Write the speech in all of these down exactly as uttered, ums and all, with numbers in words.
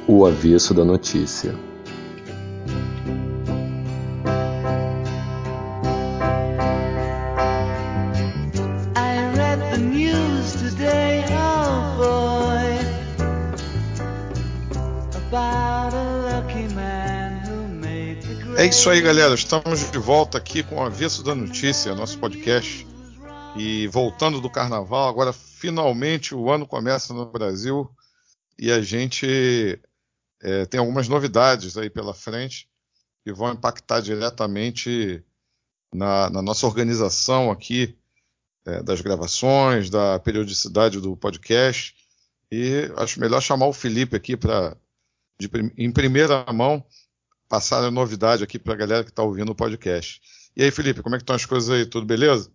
O avesso da notícia. É isso aí, galera. Estamos de volta aqui com o Avesso da Notícia, nosso podcast. E voltando do carnaval, agora finalmente o ano começa no Brasil e a gente é, tem algumas novidades aí pela frente que vão impactar diretamente na, na nossa organização aqui é, das gravações, da periodicidade do podcast. E acho melhor chamar o Felipe aqui para, em primeira mão, passar a novidade aqui para a galera que está ouvindo o podcast. E aí, Felipe, como é que estão as coisas aí? Tudo beleza?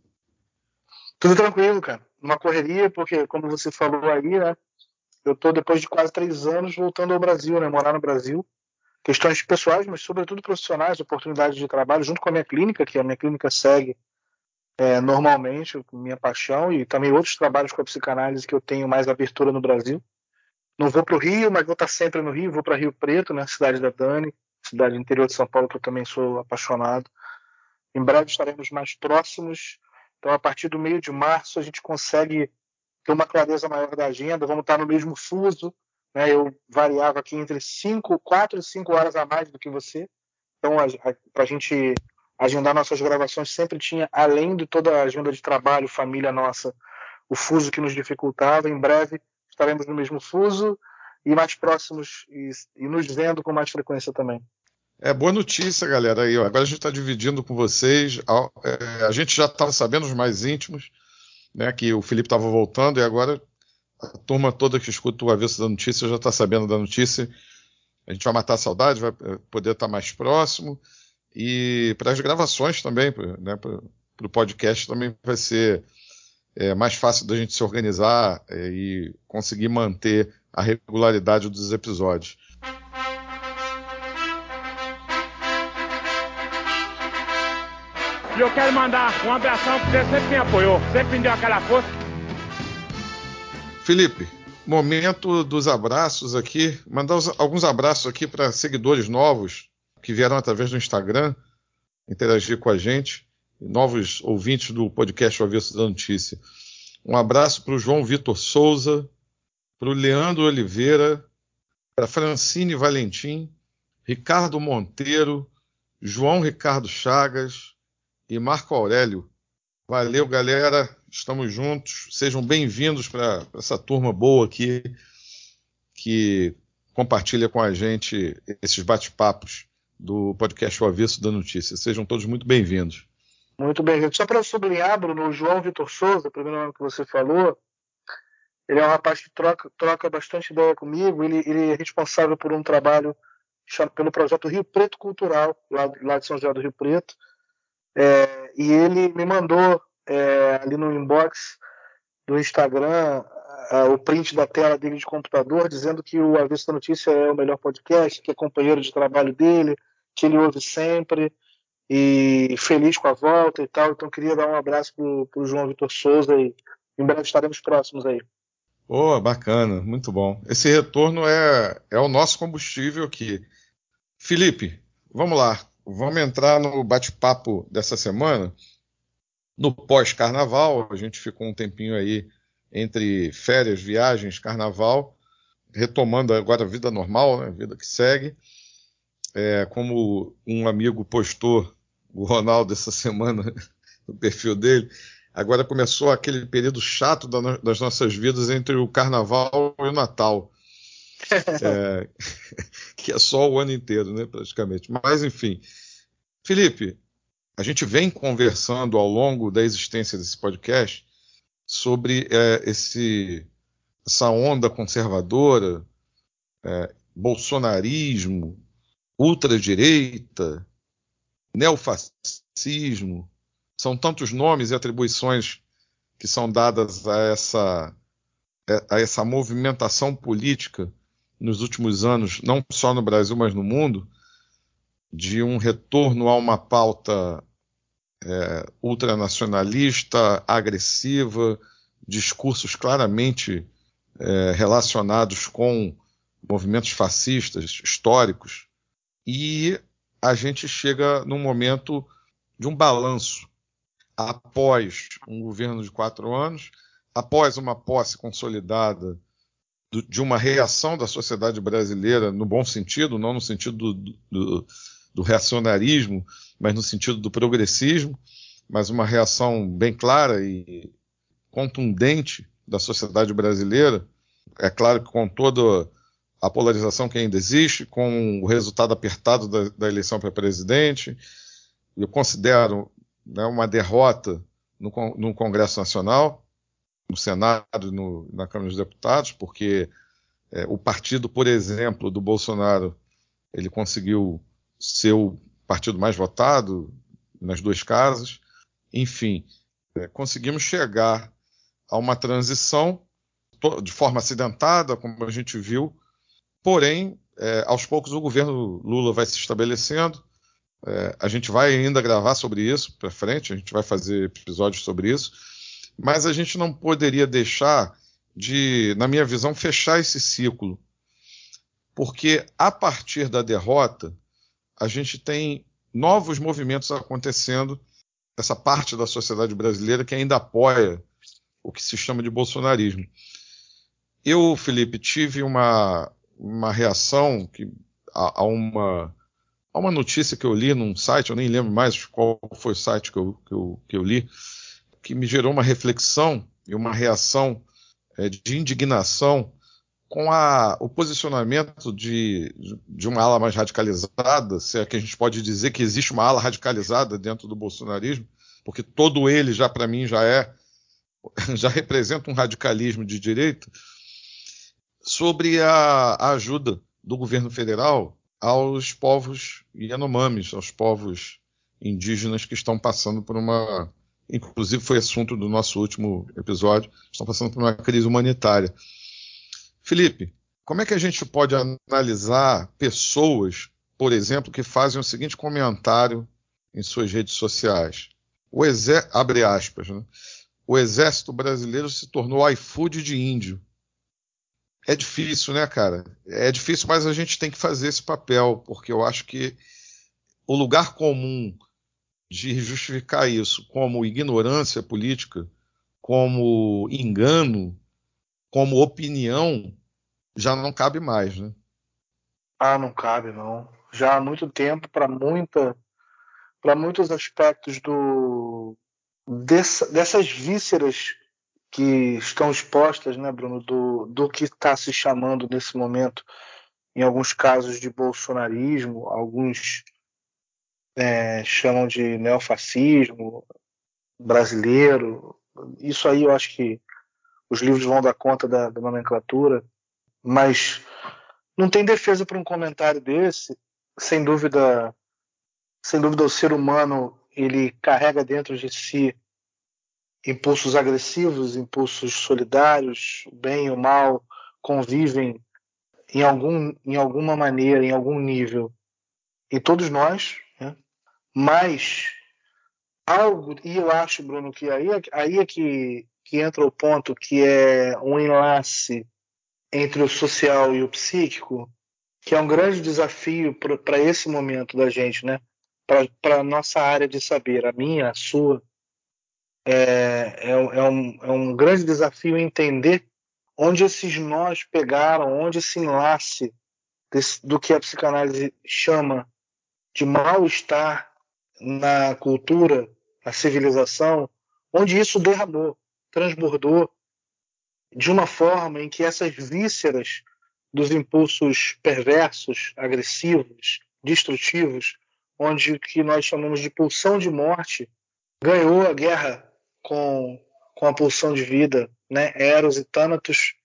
Tudo tranquilo, cara. Uma correria, porque, como você falou aí, né? Eu tô, depois de quase três anos, voltando ao Brasil, né? Morar no Brasil. Questões pessoais, mas sobretudo profissionais, oportunidades de trabalho, junto com a minha clínica, que a minha clínica segue é, normalmente, minha paixão, e também outros trabalhos com a psicanálise que eu tenho mais abertura no Brasil. Não vou para o Rio, mas vou estar sempre no Rio. Vou para Rio Preto, né? Cidade da Dani, cidade interior de São Paulo, que eu também sou apaixonado. Em breve estaremos mais próximos. Então, a partir do meio de março, a gente consegue ter uma clareza maior da agenda. Vamos estar no mesmo fuso, né? Eu variava aqui entre cinco, quatro e cinco horas a mais do que você. Então, para a gente agendar nossas gravações, sempre tinha, além de toda a agenda de trabalho, família nossa, o fuso que nos dificultava. Em breve estaremos no mesmo fuso e mais próximos e, e nos vendo com mais frequência também. É boa notícia, galera. Aí, ó. Agora a gente está dividindo com vocês. A, é, a gente já estava sabendo, os mais íntimos, né, que o Felipe estava voltando, e agora a turma toda que escuta o Avesso da Notícia já está sabendo da notícia. A gente vai matar a saudade, vai poder estar mais próximo. E para as gravações também, né, para o podcast também vai ser é, mais fácil da gente se organizar é, e conseguir manter a regularidade dos episódios. E eu quero mandar um abração para você, sempre me apoiou, sempre me deu aquela força. Felipe, momento dos abraços aqui. Mandar os, alguns abraços aqui para seguidores novos que vieram através do Instagram interagir com a gente, novos ouvintes do podcast O Avesso da Notícia. Um abraço para o João Vitor Souza, para o Leandro Oliveira, para Francine Valentim, Ricardo Monteiro, João Ricardo Chagas e Marco Aurélio. Valeu, galera. Estamos juntos. Sejam bem-vindos para essa turma boa aqui que compartilha com a gente esses bate-papos do podcast O Avesso da Notícia. Sejam todos muito bem-vindos. Muito bem-vindo. Só para sublinhar, Bruno, o João Vitor Souza, o primeiro nome que você falou, ele é um rapaz que troca, troca bastante ideia comigo. Ele, ele é responsável por um trabalho chamado, pelo projeto Rio Preto Cultural, lá, lá de São José do Rio Preto. É, e ele me mandou é, ali no inbox do Instagram a, o print da tela dele de computador, dizendo que o Avesso da Notícia é o melhor podcast, que é companheiro de trabalho dele, que ele ouve sempre, e feliz com a volta e tal. Então queria dar um abraço pro, pro João Vitor Souza e em breve estaremos próximos aí. Boa, bacana, muito bom. Esse retorno é, é o nosso combustível aqui. Felipe, vamos lá. Vamos entrar no bate-papo dessa semana. No pós-carnaval, a gente ficou um tempinho aí entre férias, viagens, carnaval, retomando agora a vida normal, né, a vida que segue. É, como um amigo postou, o Ronaldo, essa semana, no perfil dele, agora começou aquele período chato da, das nossas vidas entre o carnaval e o Natal. É, que é só o ano inteiro, né, praticamente. Mas, enfim. Felipe, a gente vem conversando ao longo da existência desse podcast sobre é, esse, essa onda conservadora, é, bolsonarismo, ultradireita, neofascismo. São tantos nomes e atribuições que são dadas a essa, a essa movimentação política nos últimos anos, não só no Brasil, mas no mundo, de um retorno a uma pauta é, ultranacionalista, agressiva, discursos claramente é, relacionados com movimentos fascistas históricos, e a gente chega num momento de um balanço após um governo de quatro anos, após uma posse consolidada do, de uma reação da sociedade brasileira, no bom sentido, não no sentido do, do, do reacionarismo, mas no sentido do progressismo, mas uma reação bem clara e contundente da sociedade brasileira, é claro que com toda a polarização que ainda existe, com o resultado apertado da, da eleição para presidente, eu considero, né, uma derrota no, no Congresso Nacional, no Senado e no, na Câmara dos Deputados, porque é, o partido, por exemplo, do Bolsonaro, ele conseguiu ser o partido mais votado nas duas casas. Enfim, é, conseguimos chegar a uma transição de forma acidentada, como a gente viu, porém, é, aos poucos o governo Lula vai se estabelecendo. É, a gente vai ainda gravar sobre isso para frente, a gente vai fazer episódios sobre isso, mas a gente não poderia deixar de, na minha visão, fechar esse ciclo, porque a partir da derrota a gente tem novos movimentos acontecendo, essa parte da sociedade brasileira que ainda apoia o que se chama de bolsonarismo. Eu, Felipe, tive uma, uma reação que, a, a, uma, a uma notícia que eu li num site, eu nem lembro mais qual foi o site que eu, que eu, que eu li, que me gerou uma reflexão e uma reação é, de indignação com a, o posicionamento de, de uma ala mais radicalizada, se é que a gente pode dizer que existe uma ala radicalizada dentro do bolsonarismo, porque todo ele já, para mim, já é já representa um radicalismo de direita, sobre a, a ajuda do governo federal aos povos Yanomamis, aos povos indígenas que estão passando por uma, inclusive foi assunto do nosso último episódio, estão passando por uma crise humanitária. Felipe, como é que a gente pode analisar pessoas, por exemplo, que fazem o seguinte comentário em suas redes sociais? O exé... Abre aspas, né? O exército brasileiro se tornou iFood de índio. É difícil, né, cara? É difícil, mas a gente tem que fazer esse papel, porque eu acho que o lugar comum de justificar isso como ignorância política, como engano, como opinião, já não cabe mais, né? Ah, não cabe, não. Já há muito tempo, para muita, para muitos aspectos do dessa, dessas vísceras que estão expostas, né, Bruno, do, do que está se chamando nesse momento, em alguns casos, de bolsonarismo, alguns é, chamam de neofascismo brasileiro. Isso aí eu acho que os livros vão dar conta da, da nomenclatura, mas não tem defesa para um comentário desse. Sem dúvida, sem dúvida o ser humano ele carrega dentro de si impulsos agressivos, impulsos solidários, o bem e o mal convivem em, algum, em alguma maneira, em algum nível, em todos nós, né? Mas algo, e eu acho, Bruno, que aí, aí é que, que entra o ponto que é um enlace entre o social e o psíquico, que é um grande desafio para esse momento da gente, né? Para a nossa área de saber, a minha, a sua. É, é, é, um, é um grande desafio entender onde esses nós pegaram, onde esse enlace desse, do que a psicanálise chama de mal-estar na cultura, na civilização, onde isso derramou, transbordou de uma forma em que essas vísceras dos impulsos perversos, agressivos, destrutivos, onde o que nós chamamos de pulsão de morte, ganhou a guerra com, com a pulsão de vida, né? Eros e Thanatos.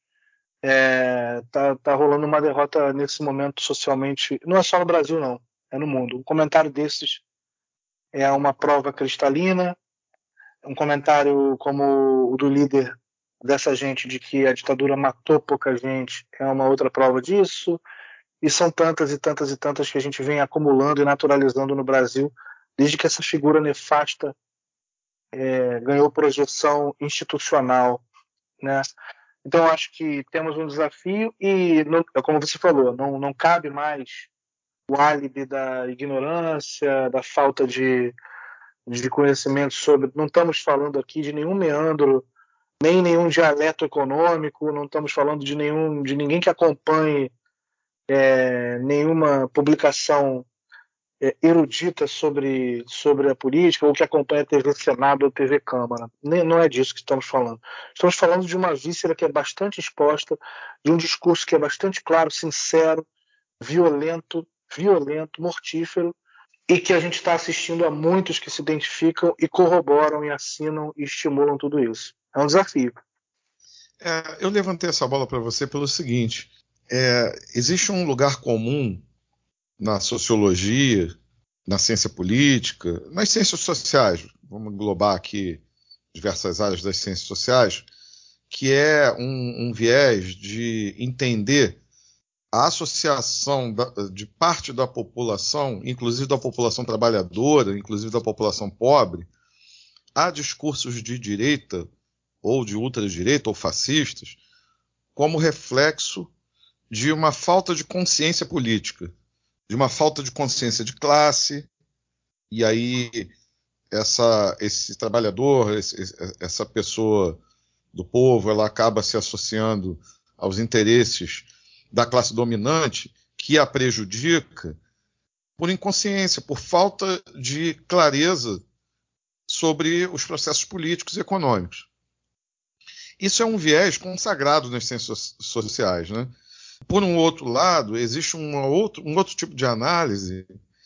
É, tá, tá rolando uma derrota nesse momento socialmente, não é só no Brasil não, é no mundo. Um comentário desses é uma prova cristalina, um comentário como o do líder dessa gente de que a ditadura matou pouca gente é uma outra prova disso, e são tantas e tantas e tantas que a gente vem acumulando e naturalizando no Brasil desde que essa figura nefasta é, ganhou projeção institucional, né? Então, eu acho que temos um desafio e, não, como você falou, não, não cabe mais o álibi da ignorância, da falta de, de conhecimento sobre... Não estamos falando aqui de nenhum meandro, nem nenhum dialeto econômico, não estamos falando de, nenhum, de ninguém que acompanhe é, nenhuma publicação é, erudita sobre, sobre a política ou que acompanhe a T V Senado ou T V Câmara. Nem, não é disso que estamos falando. Estamos falando de uma víscera que é bastante exposta, de um discurso que é bastante claro, sincero, violento, violento, mortífero, e que a gente está assistindo a muitos que se identificam e corroboram e assinam e estimulam tudo isso. É um desafio. É, eu levantei essa bola para você pelo seguinte: é, existe um lugar comum na sociologia, na ciência política, nas ciências sociais, vamos englobar aqui diversas áreas das ciências sociais, que é um, um viés de entender a associação da, de parte da população, inclusive da população trabalhadora, inclusive da população pobre, a discursos de direita ou de ultradireita ou fascistas, como reflexo de uma falta de consciência política, de uma falta de consciência de classe, e aí essa, esse trabalhador, esse, essa pessoa do povo, ela acaba se associando aos interesses da classe dominante, que a prejudica por inconsciência, por falta de clareza sobre os processos políticos e econômicos. Isso é um viés consagrado nas ciências sociais, né? Por um outro lado, existe uma outro, um outro tipo de análise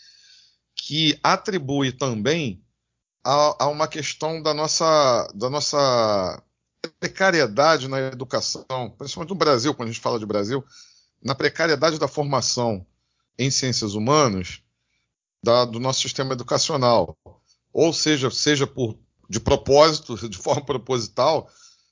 que atribui também a, a uma questão da nossa, da nossa precariedade na educação, principalmente no Brasil, quando a gente fala de Brasil, na precariedade da formação em ciências humanas da, do nosso sistema educacional. Ou seja, seja por, de propósito, de forma proposital,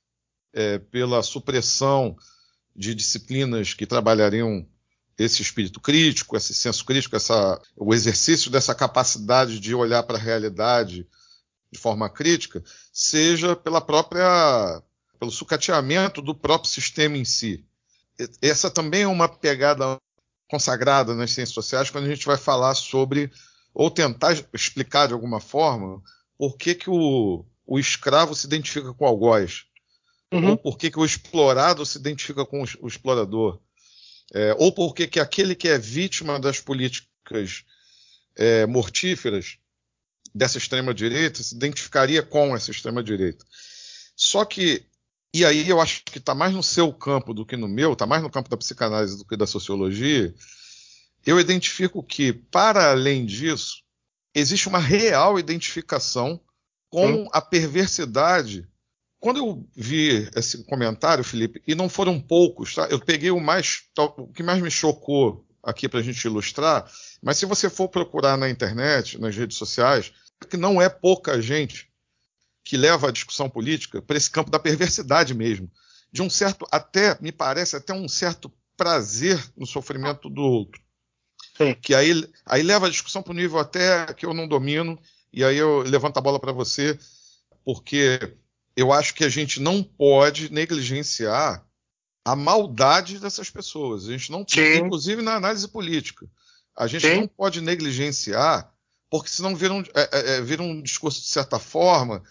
é, pela supressão de disciplinas que trabalhariam esse espírito crítico, esse senso crítico, essa, o exercício dessa capacidade de olhar para a realidade de forma crítica, seja pela própria, pelo sucateamento do próprio sistema em si. Essa também é uma pegada consagrada nas ciências sociais quando a gente vai falar sobre, ou tentar explicar de alguma forma, por que, que o, o escravo se identifica com o algoz, uhum. Ou por que, que o explorado se identifica com o explorador, é, ou por que, que aquele que é vítima das políticas é, mortíferas dessa extrema-direita se identificaria com essa extrema-direita. Só que, e aí eu acho que está mais no seu campo do que no meu, está mais no campo da psicanálise do que da sociologia, eu identifico que, para além disso, existe uma real identificação com a perversidade. Quando eu vi esse comentário, Felipe, e não foram poucos, tá? Eu peguei o mais, o que mais me chocou aqui para a gente ilustrar, mas se você for procurar na internet, nas redes sociais, que não é pouca gente que leva a discussão política para esse campo da perversidade mesmo, de um certo, até, me parece, até um certo prazer no sofrimento do outro. Sim. Que aí, aí leva a discussão para o nível até que eu não domino, e aí eu levanto a bola para você, porque eu acho que a gente não pode negligenciar a maldade dessas pessoas. A gente não, inclusive na análise política, a gente Sim. não pode negligenciar, porque senão vira um, é, é, vira um discurso, de certa forma,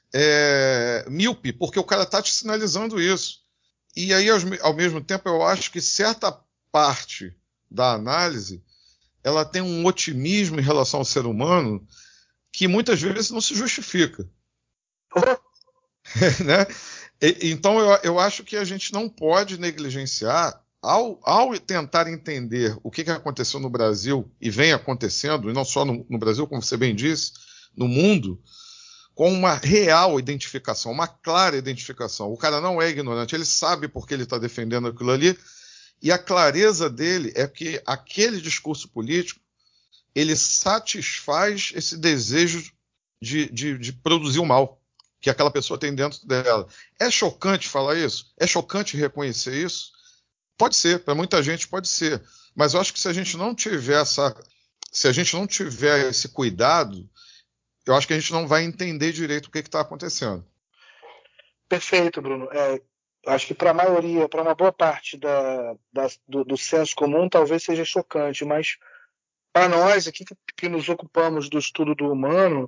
é, míope, porque o cara está te sinalizando isso. E aí, ao, ao mesmo tempo, eu acho que certa parte da análise ela tem um otimismo em relação ao ser humano que muitas vezes não se justifica. Né? E, então eu, eu acho que a gente não pode negligenciar, ao, ao tentar entender o que, que aconteceu no Brasil e vem acontecendo, e não só no, no Brasil, como você bem disse, no mundo, com uma real identificação, uma clara identificação. O cara não é ignorante, ele sabe porque ele está defendendo aquilo ali, e a clareza dele é que aquele discurso político ele satisfaz esse desejo de, de, de produzir o mal que aquela pessoa tem dentro dela. É chocante falar isso? É chocante reconhecer isso? Pode ser, para muita gente pode ser. Mas eu acho que se a gente não tiver essa, se a gente não tiver esse cuidado, eu acho que a gente não vai entender direito o que está acontecendo. Perfeito, Bruno. É, acho que para a maioria, para uma boa parte da, da, do, do senso comum, talvez seja chocante, mas para nós aqui que, que nos ocupamos do estudo do humano,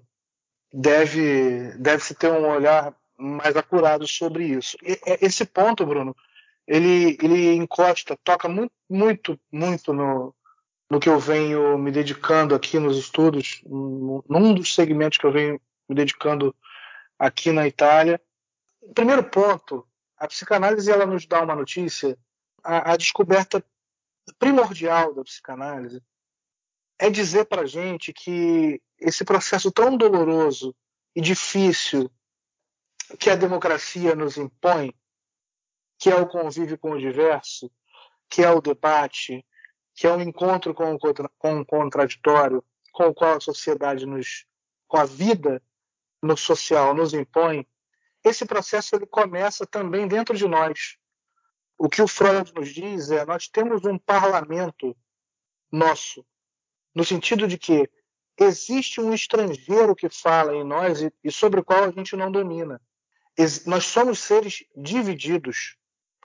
deve, deve se ter um olhar mais acurado sobre isso. E, esse ponto, Bruno, ele, ele encosta, toca muito, muito, muito no, no que eu venho me dedicando aqui nos estudos, num dos segmentos que eu venho me dedicando aqui na Itália. Primeiro ponto, a psicanálise ela nos dá uma notícia, a, a descoberta primordial da psicanálise é dizer para a gente que esse processo tão doloroso e difícil que a democracia nos impõe, que é o convívio com o diverso, que é o debate, que é o encontro com o, com o contraditório, com o qual a sociedade nos, com a vida no social nos impõe, esse processo ele começa também dentro de nós. O que o Freud nos diz é nós temos um parlamento nosso, no sentido de que existe um estrangeiro que fala em nós e, e sobre o qual a gente não domina. Ex- nós somos seres divididos.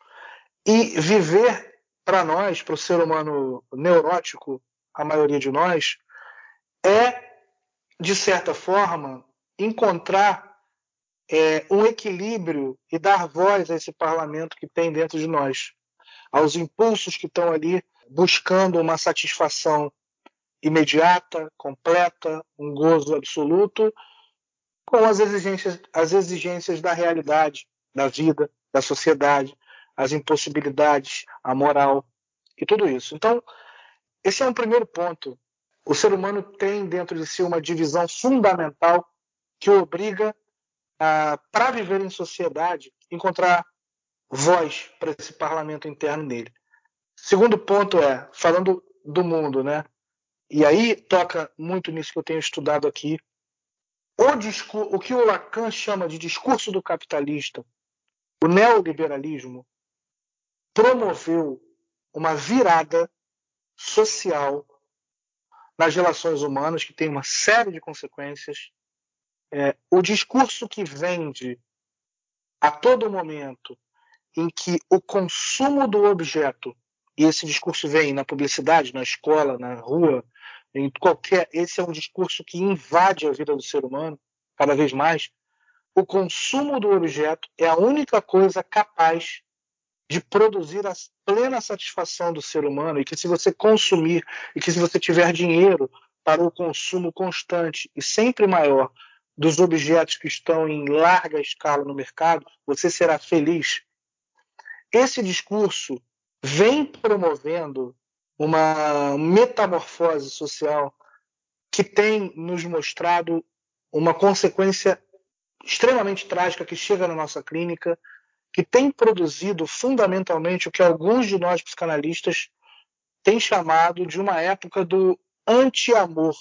E viver, para nós, para o ser humano neurótico, a maioria de nós, é, de certa forma, encontrar é, um equilíbrio e dar voz a esse parlamento que tem dentro de nós, aos impulsos que estão ali buscando uma satisfação imediata, completa, um gozo absoluto, com as exigências, as exigências da realidade, da vida, da sociedade, as impossibilidades, a moral e tudo isso. Então, esse é um primeiro ponto. O ser humano tem dentro de si uma divisão fundamental que o obriga a, para viver em sociedade, encontrar voz para esse parlamento interno nele. Segundo ponto é, falando do mundo, né? E aí toca muito nisso que eu tenho estudado aqui, o, discur- o que o Lacan chama de discurso do capitalista, o neoliberalismo, promoveu uma virada social nas relações humanas que tem uma série de consequências. É, o discurso que vende a todo momento em que o consumo do objeto, e esse discurso vem na publicidade, na escola, na rua, em qualquer, esse é um discurso que invade a vida do ser humano cada vez mais. O consumo do objeto é a única coisa capaz de produzir a plena satisfação do ser humano, e que se você consumir, e que se você tiver dinheiro para o consumo constante e sempre maior dos objetos que estão em larga escala no mercado, você será feliz. Esse discurso vem promovendo uma metamorfose social que tem nos mostrado uma consequência extremamente trágica que chega na nossa clínica, que tem produzido fundamentalmente o que alguns de nós psicanalistas têm chamado de uma época do anti-amor.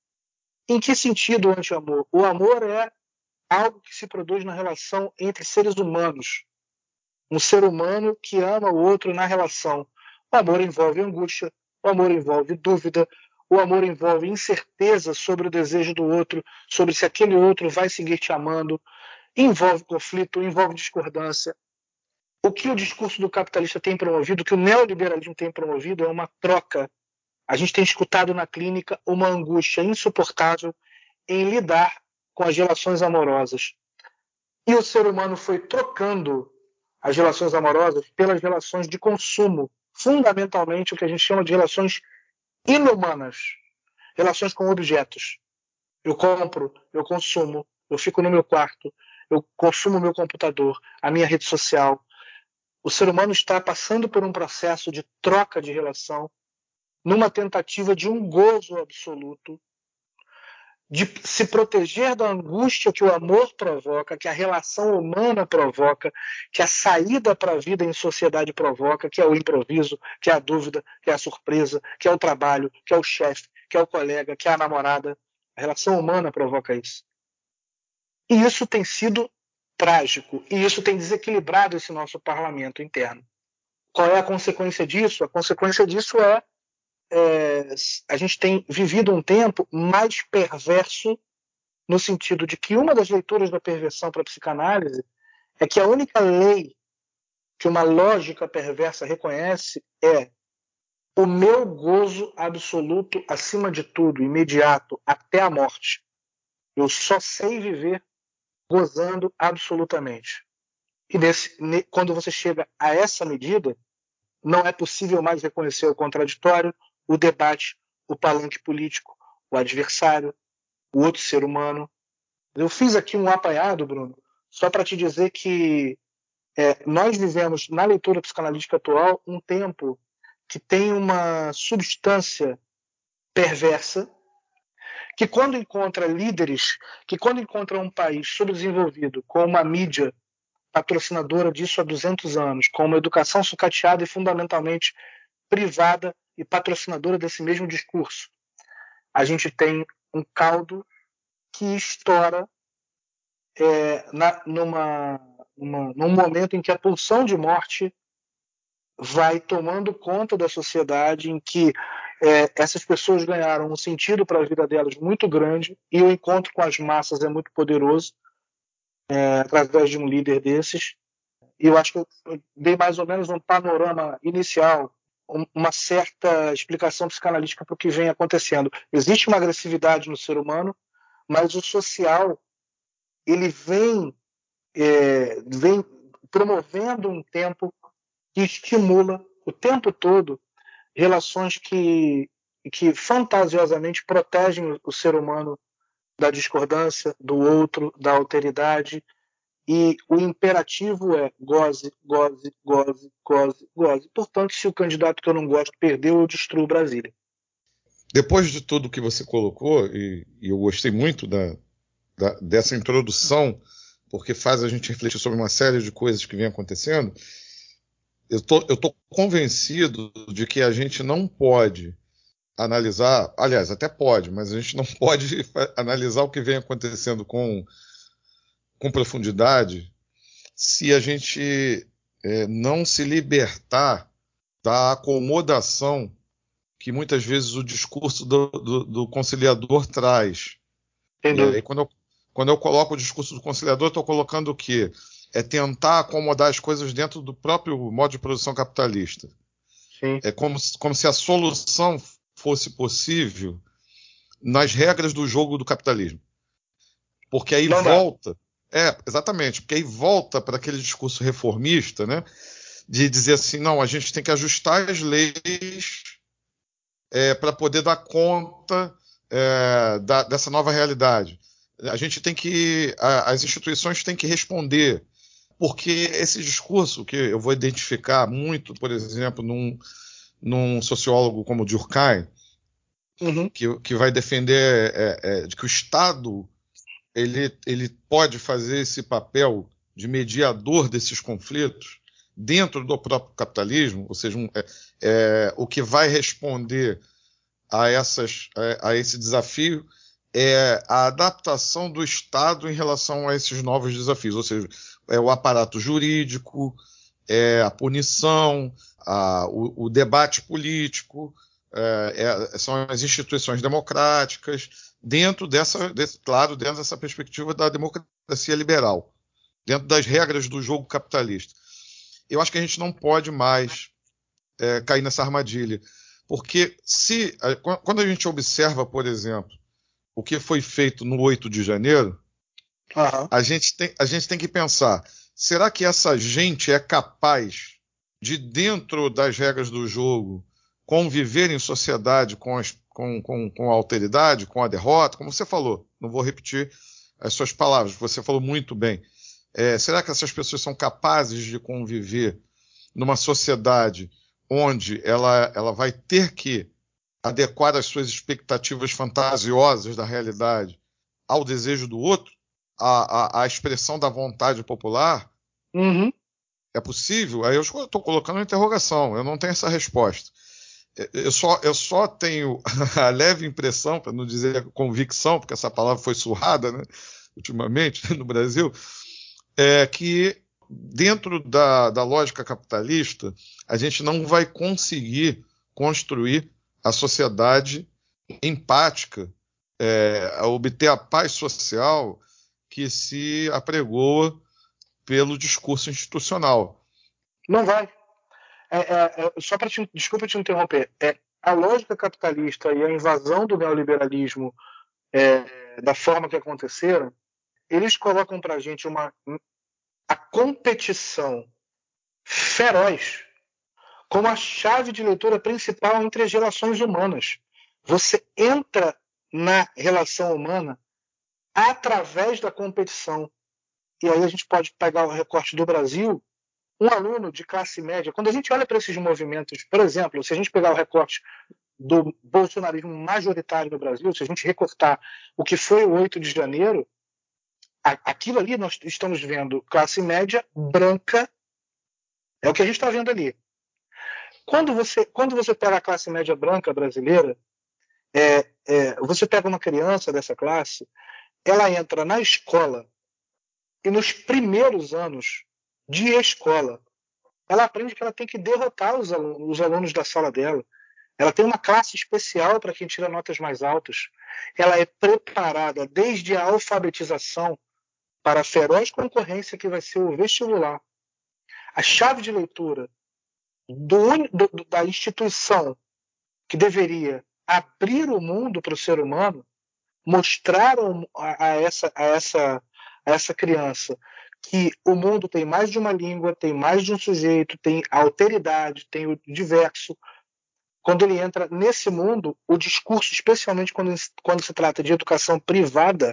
Em que sentido o anti-amor? O amor é algo que se produz na relação entre seres humanos. Um ser humano que ama o outro na relação. O amor envolve angústia, o amor envolve dúvida, o amor envolve incerteza sobre o desejo do outro, sobre se aquele outro vai seguir te amando, envolve conflito, envolve discordância. O que o discurso do capitalista tem promovido, o que o neoliberalismo tem promovido é uma troca. A gente tem escutado na clínica uma angústia insuportável em lidar com as relações amorosas. E o ser humano foi trocando as relações amorosas pelas relações de consumo, fundamentalmente o que a gente chama de relações inumanas, relações com objetos. Eu compro, eu consumo, eu fico no meu quarto, eu consumo o meu computador, a minha rede social. O ser humano está passando por um processo de troca de relação numa tentativa de um gozo absoluto, de se proteger da angústia que o amor provoca, que a relação humana provoca, que a saída para a vida em sociedade provoca, que é o improviso, que é a dúvida, que é a surpresa, que é o trabalho, que é o chefe, que é o colega, que é a namorada. A relação humana provoca isso. E isso tem sido trágico, e isso tem desequilibrado esse nosso parlamento interno. Qual é a consequência disso? A consequência disso é É, a gente tem vivido um tempo mais perverso, no sentido de que uma das leituras da perversão para a psicanálise é que a única lei que uma lógica perversa reconhece é o meu gozo absoluto acima de tudo, imediato, até a morte. Eu só sei viver gozando absolutamente. E nesse, quando você chega a essa medida, não é possível mais reconhecer o contraditório, o debate, o palanque político, o adversário, o outro ser humano. Eu fiz aqui um apanhado, Bruno, só para te dizer que é, nós vivemos, na leitura psicanalítica atual, um tempo que tem uma substância perversa, que quando encontra líderes, que quando encontra um país subdesenvolvido com uma mídia patrocinadora disso há duzentos anos, com uma educação sucateada e fundamentalmente privada e patrocinadora desse mesmo discurso, a gente tem um caldo que estoura é, na, numa, numa, num momento em que a pulsão de morte vai tomando conta da sociedade, em que é, essas pessoas ganharam um sentido para a vida delas muito grande, e o encontro com as massas é muito poderoso é, através de um líder desses. E eu acho que eu dei mais ou menos um panorama inicial, um, uma certa explicação psicanalítica para o que vem acontecendo. Existe uma agressividade no ser humano, mas o social ele vem, é, vem promovendo um tempo que estimula o tempo todo relações que, que fantasiosamente protegem o ser humano da discordância, do outro, da alteridade. E o imperativo é goze, goze, goze, goze, goze. Portanto, se o candidato que eu não gosto perdeu, eu destruo Brasília. Depois de tudo que você colocou, e, e eu gostei muito da, da, dessa introdução, porque faz a gente refletir sobre uma série de coisas que vem acontecendo, eu tô, eu tô convencido de que a gente não pode analisar, aliás, até pode, mas a gente não pode analisar o que vem acontecendo com, com profundidade se a gente é, não se libertar da acomodação que muitas vezes o discurso do, do, do conciliador traz. E aí, quando eu, quando eu coloco o discurso do conciliador, estou colocando o quê? É tentar acomodar as coisas dentro do próprio modo de produção capitalista. Sim. É como, como se a solução fosse possível nas regras do jogo do capitalismo. Porque aí Não volta... Dá. É, exatamente, porque aí volta para aquele discurso reformista, né? De dizer assim, não, a gente tem que ajustar as leis é, para poder dar conta é, da, dessa nova realidade. A gente tem que... A, as instituições têm que responder. Porque esse discurso, que eu vou identificar muito, por exemplo, num, num sociólogo como Durkheim, uhum. que, que vai defender é, é, de que o Estado ele, ele pode fazer esse papel de mediador desses conflitos dentro do próprio capitalismo, ou seja, um, é, é, o que vai responder a, essas, a, a esse desafio é a adaptação do Estado em relação a esses novos desafios, ou seja, é o aparato jurídico, é a punição, a, o, o debate político, é, é, são as instituições democráticas, dentro dessa, desse, claro, dentro dessa perspectiva da democracia liberal, dentro das regras do jogo capitalista. Eu acho que a gente não pode mais é, cair nessa armadilha, porque se, quando a gente observa, por exemplo, o que foi feito no oito de janeiro, uhum. a, gente tem, a gente tem que pensar, será que essa gente é capaz de, dentro das regras do jogo, conviver em sociedade com, as, com, com, com a alteridade, com a derrota? Como você falou, não vou repetir as suas palavras, você falou muito bem. É, será que essas pessoas são capazes de conviver numa sociedade onde ela, ela vai ter que adequar as suas expectativas fantasiosas da realidade ao desejo do outro, à, à, à expressão da vontade popular? Uhum. É possível? Aí eu estou colocando uma interrogação, eu não tenho essa resposta. Eu só, eu só tenho a leve impressão, para não dizer convicção, porque essa palavra foi surrada, né, ultimamente no Brasil, é que dentro da, da lógica capitalista, a gente não vai conseguir construir a sociedade empática, é, a obter a paz social que se apregoa pelo discurso institucional. Não vai. É, é, é, só para te, desculpa te interromper. É, a lógica capitalista e a invasão do neoliberalismo é, da forma que aconteceram, eles colocam para a gente uma, a competição feroz como a chave de leitura principal entre as relações humanas. Você entra na relação humana através da competição. E aí a gente pode pegar o recorte do Brasil, um aluno de classe média, quando a gente olha para esses movimentos, por exemplo, se a gente pegar o recorte do bolsonarismo majoritário no Brasil, se a gente recortar o que foi o oito de janeiro, aquilo ali nós estamos vendo classe média branca, é o que a gente está vendo ali. Quando você, quando você pega a classe média branca brasileira, é, é, você pega uma criança dessa classe, ela entra na escola e nos primeiros anos de escola, ela aprende que ela tem que derrotar os alunos, os alunos da sala dela. Ela tem uma classe especial para quem tira notas mais altas. Ela é preparada desde a alfabetização para a feroz concorrência que vai ser o vestibular. A chave de leitura do, do, da instituição que deveria abrir o mundo para o ser humano, mostrar a, a, essa, a, essa, a essa criança que o mundo tem mais de uma língua, tem mais de um sujeito, tem a alteridade, tem o diverso. Quando ele entra nesse mundo, o discurso, especialmente quando, quando se trata de educação privada,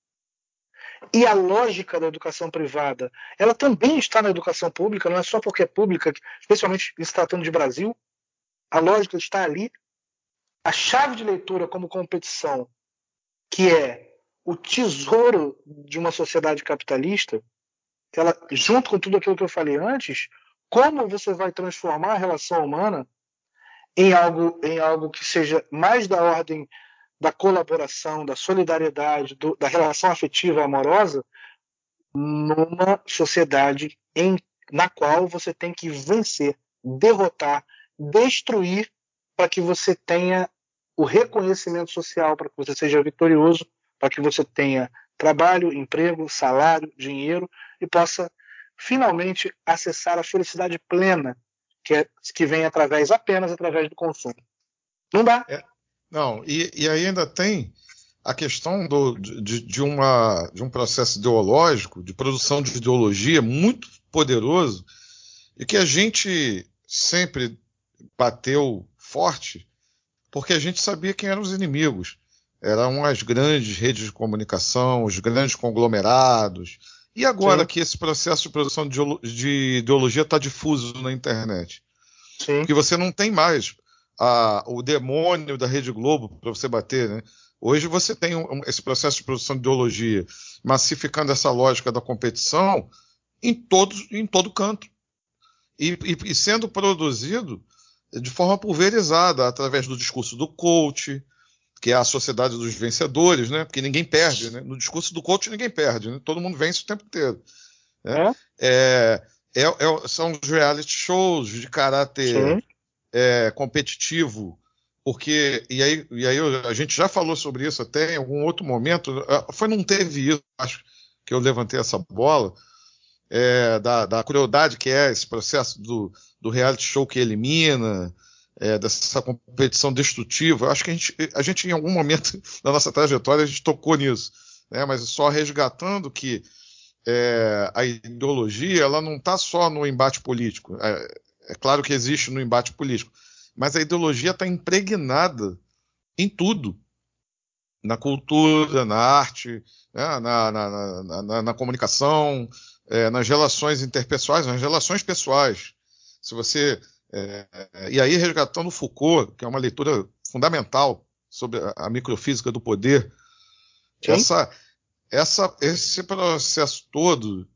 e a lógica da educação privada, ela também está na educação pública, não é só porque é pública, especialmente se tratando de Brasil, a lógica está ali. A chave de leitura como competição, que é o tesouro de uma sociedade capitalista, ela, junto com tudo aquilo que eu falei antes, como você vai transformar a relação humana em algo, em algo que seja mais da ordem da colaboração, da solidariedade, do, da relação afetiva amorosa, numa sociedade em, na qual você tem que vencer, derrotar, destruir, para que você tenha o reconhecimento social, para que você seja vitorioso, para que você tenha trabalho, emprego, salário, dinheiro e possa finalmente acessar a felicidade plena, que, é, que vem através apenas através do consumo. Não dá. É, não, e, e aí ainda tem a questão do, de, de, uma, de um processo ideológico, de produção de ideologia muito poderoso, e que a gente sempre bateu forte, porque a gente sabia quem eram os inimigos. Eram as grandes redes de comunicação, os grandes conglomerados. E agora Sim. que esse processo de produção de ideologia está difuso na internet? Sim. Porque você não tem mais a, o demônio da Rede Globo para você bater, né? Hoje você tem um, esse processo de produção de ideologia massificando essa lógica da competição em, todos, em todo canto. E, e, e sendo produzido de forma pulverizada, através do discurso do coach, que é a sociedade dos vencedores, né? Porque ninguém perde, né? No discurso do coach ninguém perde, né? Todo mundo vence o tempo inteiro. Né? É? É, é, é, são os reality shows de caráter é, competitivo, porque, e aí, e aí a gente já falou sobre isso até em algum outro momento, foi não teve isso, acho que eu levantei essa bola, é, da, da crueldade que é esse processo do, do reality show que elimina, é, dessa competição destrutiva. Acho que a gente, a gente, em algum momento da nossa trajetória, a gente tocou nisso, né? Mas só resgatando que é, a ideologia ela não está só no embate político. É, é claro que existe no embate político, mas a ideologia está impregnada em tudo. Na cultura, na arte, né? na, na, na, na, na comunicação, é, nas relações interpessoais, nas relações pessoais. Se você é, e aí resgatando Foucault, que é uma leitura fundamental sobre a, a microfísica do poder, essa, essa, esse processo todo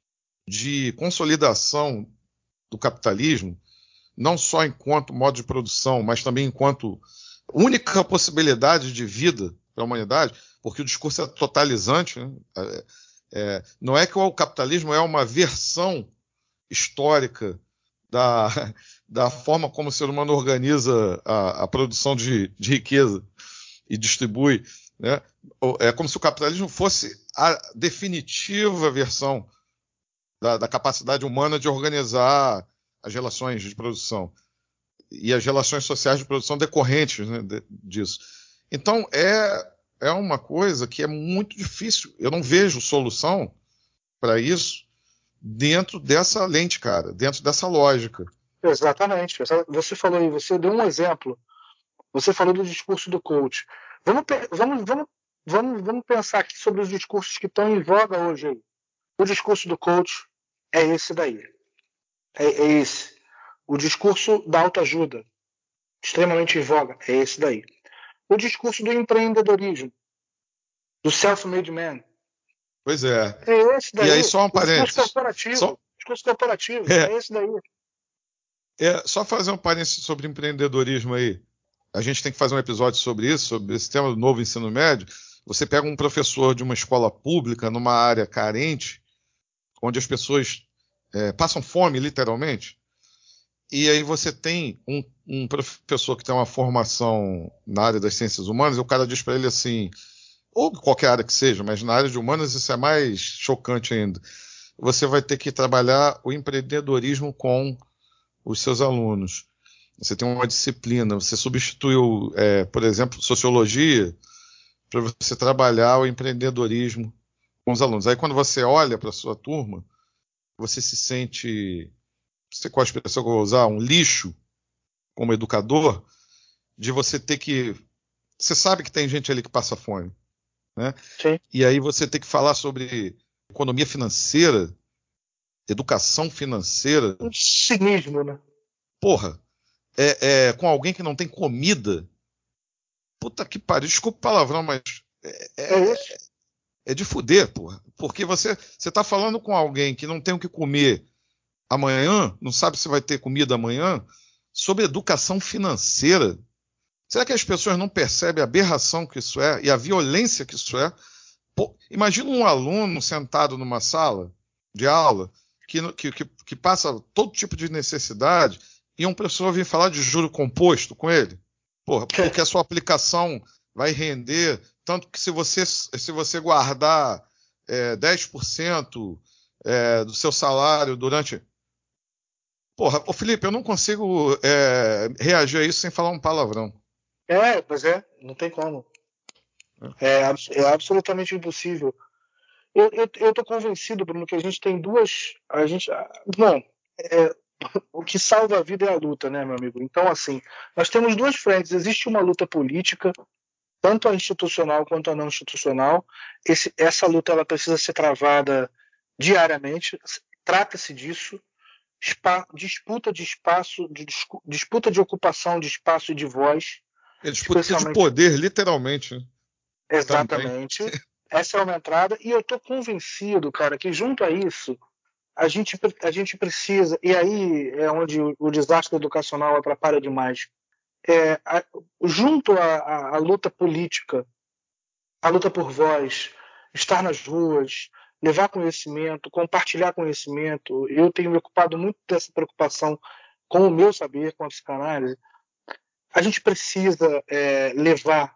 de consolidação do capitalismo, não só enquanto modo de produção, mas também enquanto única possibilidade de vida para a humanidade, porque o discurso é totalizante, né? é, é, não é que o capitalismo é uma versão histórica da, da forma como o ser humano organiza a, a produção de, de riqueza e distribui, né? É como se o capitalismo fosse a definitiva versão da, da capacidade humana de organizar as relações de produção e as relações sociais de produção decorrentes, né, de, disso. Então, é, é uma coisa que é muito difícil. Eu não vejo solução para isso dentro dessa lente, cara, dentro dessa lógica. Exatamente. Você falou aí, você deu um exemplo. Você falou do discurso do coach. Vamos, vamos, vamos, vamos, vamos pensar aqui sobre os discursos que estão em voga hoje aí. O discurso do coach é esse daí. É, é esse. O discurso da autoajuda, extremamente em voga, é esse daí. O discurso do empreendedorismo, do self-made man. Pois é. É esse daí. E aí, só um o discurso parênteses. corporativo. Só... discurso corporativo, é. é esse daí. É, só fazer um parênteses sobre empreendedorismo aí. A gente tem que fazer um episódio sobre isso, sobre esse tema do novo ensino médio. Você pega um professor de uma escola pública numa área carente, onde as pessoas é, passam fome, literalmente, e aí você tem um, um professor que tem uma formação na área das ciências humanas, e o cara diz para ele assim, ou qualquer área que seja, mas na área de humanas isso é mais chocante ainda. Você vai ter que trabalhar o empreendedorismo com os seus alunos. Você tem uma disciplina, você substituiu, é, por exemplo, sociologia, para você trabalhar o empreendedorismo com os alunos. Aí quando você olha para a sua turma, você se sente, você qual a expressão que eu vou usar, um lixo como educador, de você ter que, você sabe que tem gente ali que passa fome, né? Sim. E aí você tem que falar sobre economia financeira, educação financeira. Um cinismo, né? Porra, é, é, com alguém que não tem comida. Puta que pariu, desculpa o palavrão, mas é, é, é, é de fuder, porra. Porque você, você tá falando com alguém que não tem o que comer amanhã, não sabe se vai ter comida amanhã, sobre educação financeira. Será que as pessoas não percebem a aberração que isso é e a violência que isso é? Pô, imagina um aluno sentado numa sala de aula que, que, que, que passa todo tipo de necessidade e um professor vir falar de juro composto com ele. Porra, porque a sua aplicação vai render, tanto que se você, se você guardar é, dez por cento é, do seu salário durante... Porra, ô Felipe, eu não consigo é, reagir a isso sem falar um palavrão. É, pois é, não tem como. É, é absolutamente impossível. Eu, eu, eu tô convencido, Bruno, que a gente tem duas... A gente, bom, é, o que salva a vida é a luta, né, meu amigo? Então, assim, nós temos duas frentes. Existe uma luta política, tanto a institucional quanto a não institucional. Esse, essa luta ela precisa ser travada diariamente. Trata-se disso. Spa, disputa de espaço, de, disputa de ocupação de espaço e de voz. É disputa de poder, literalmente. Né? Exatamente. Também. Essa é uma entrada. E eu estou convencido, cara, que junto a isso, a gente, a gente precisa, e aí é onde o, o desastre educacional atrapalha demais, é, a, junto à luta política, a luta por voz, estar nas ruas, levar conhecimento, compartilhar conhecimento. Eu tenho me ocupado muito dessa preocupação com o meu saber, com a psicanálise. A gente precisa é, levar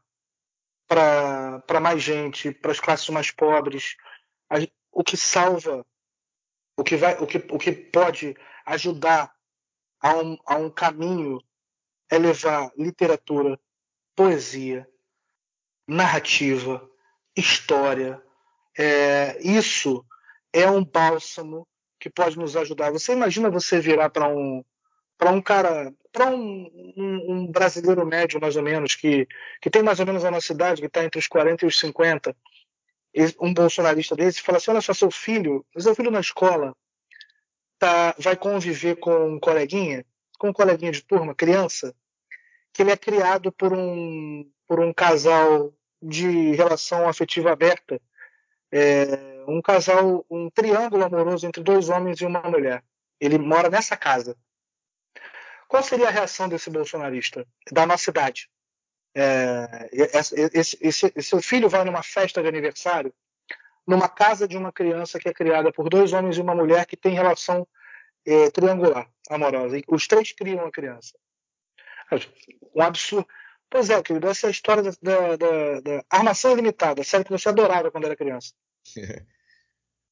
para mais gente, para as classes mais pobres, a, o que salva, o que, vai, o, que, o que pode ajudar a um, a um caminho é levar literatura, poesia, narrativa, história. É, isso é um bálsamo que pode nos ajudar. Você imagina você virar para um para um cara, para um, um, um brasileiro médio mais ou menos que que tem mais ou menos a nossa idade, que está entre os quarenta e os cinquenta, um bolsonarista desse fala assim: olha só, seu filho, seu filho na escola tá, vai conviver com um coleguinha, com um coleguinha de turma, criança, que ele é criado por um por um casal de relação afetiva aberta. É, um casal, um triângulo amoroso entre dois homens e uma mulher. Ele mora nessa casa. Qual seria a reação desse bolsonarista da nossa idade? É, esse, esse, esse, seu filho vai numa festa de aniversário, numa casa de uma criança que é criada por dois homens e uma mulher que tem relação é, triangular, amorosa. E os três criam a criança. Um absurdo. Pois é, querido, essa é a história da, da, da, da Armação Ilimitada, série que você adorava quando era criança.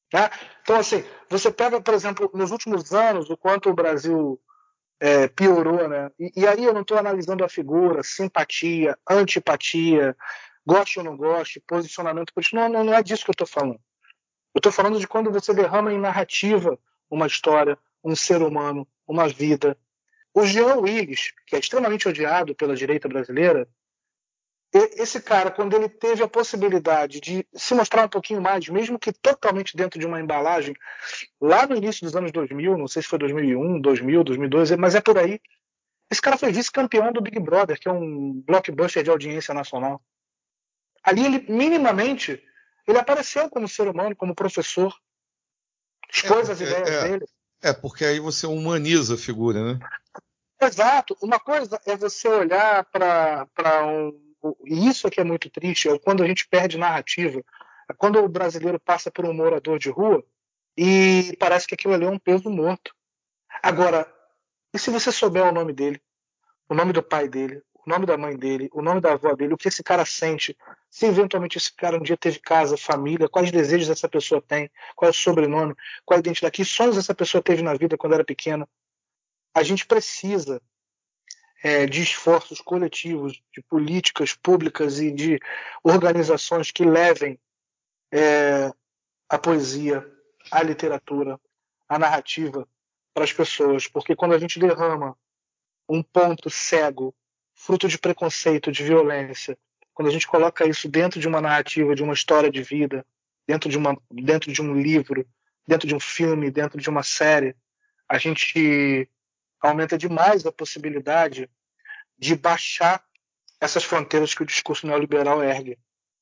Né? Então, assim, você pega, por exemplo, nos últimos anos, o quanto o Brasil é, piorou, né? E, e aí eu não estou analisando a figura, simpatia, antipatia, goste ou não goste, posicionamento político. Não, não, não é disso que eu estou falando. Eu estou falando de quando você derrama em narrativa uma história, um ser humano, uma vida. O Jean Willis, que é extremamente odiado pela direita brasileira, esse cara, quando ele teve a possibilidade de se mostrar um pouquinho mais, mesmo que totalmente dentro de uma embalagem, lá no início dos anos dois mil, não sei se foi dois mil e um, dois mil, dois mil e dois, mas é por aí, esse cara foi vice-campeão do Big Brother, que é um blockbuster de audiência nacional. Ali, ele, minimamente, ele apareceu como ser humano, como professor, expôs é, as ideias é, dele. É, porque aí você humaniza a figura, né? Exato. Uma coisa é você olhar para um... E isso é que é muito triste, é quando a gente perde narrativa. É quando o brasileiro passa por um morador de rua e parece que aquilo ali é um peso morto. Agora, e se você souber o nome dele, o nome do pai dele, o nome da mãe dele, o nome da avó dele, o que esse cara sente, se eventualmente esse cara um dia teve casa, família, quais desejos essa pessoa tem, qual é o sobrenome, qual a identidade, que sonhos essa pessoa teve na vida quando era pequena, a gente precisa é, de esforços coletivos, de políticas públicas e de organizações que levem é, a poesia, a literatura, a narrativa para as pessoas, porque quando a gente derrama um ponto cego, fruto de preconceito, de violência, quando a gente coloca isso dentro de uma narrativa, de uma história de vida, dentro de, uma, dentro de um livro, dentro de um filme, dentro de uma série, a gente aumenta demais a possibilidade de baixar essas fronteiras que o discurso neoliberal ergue.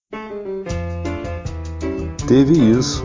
Teve isso.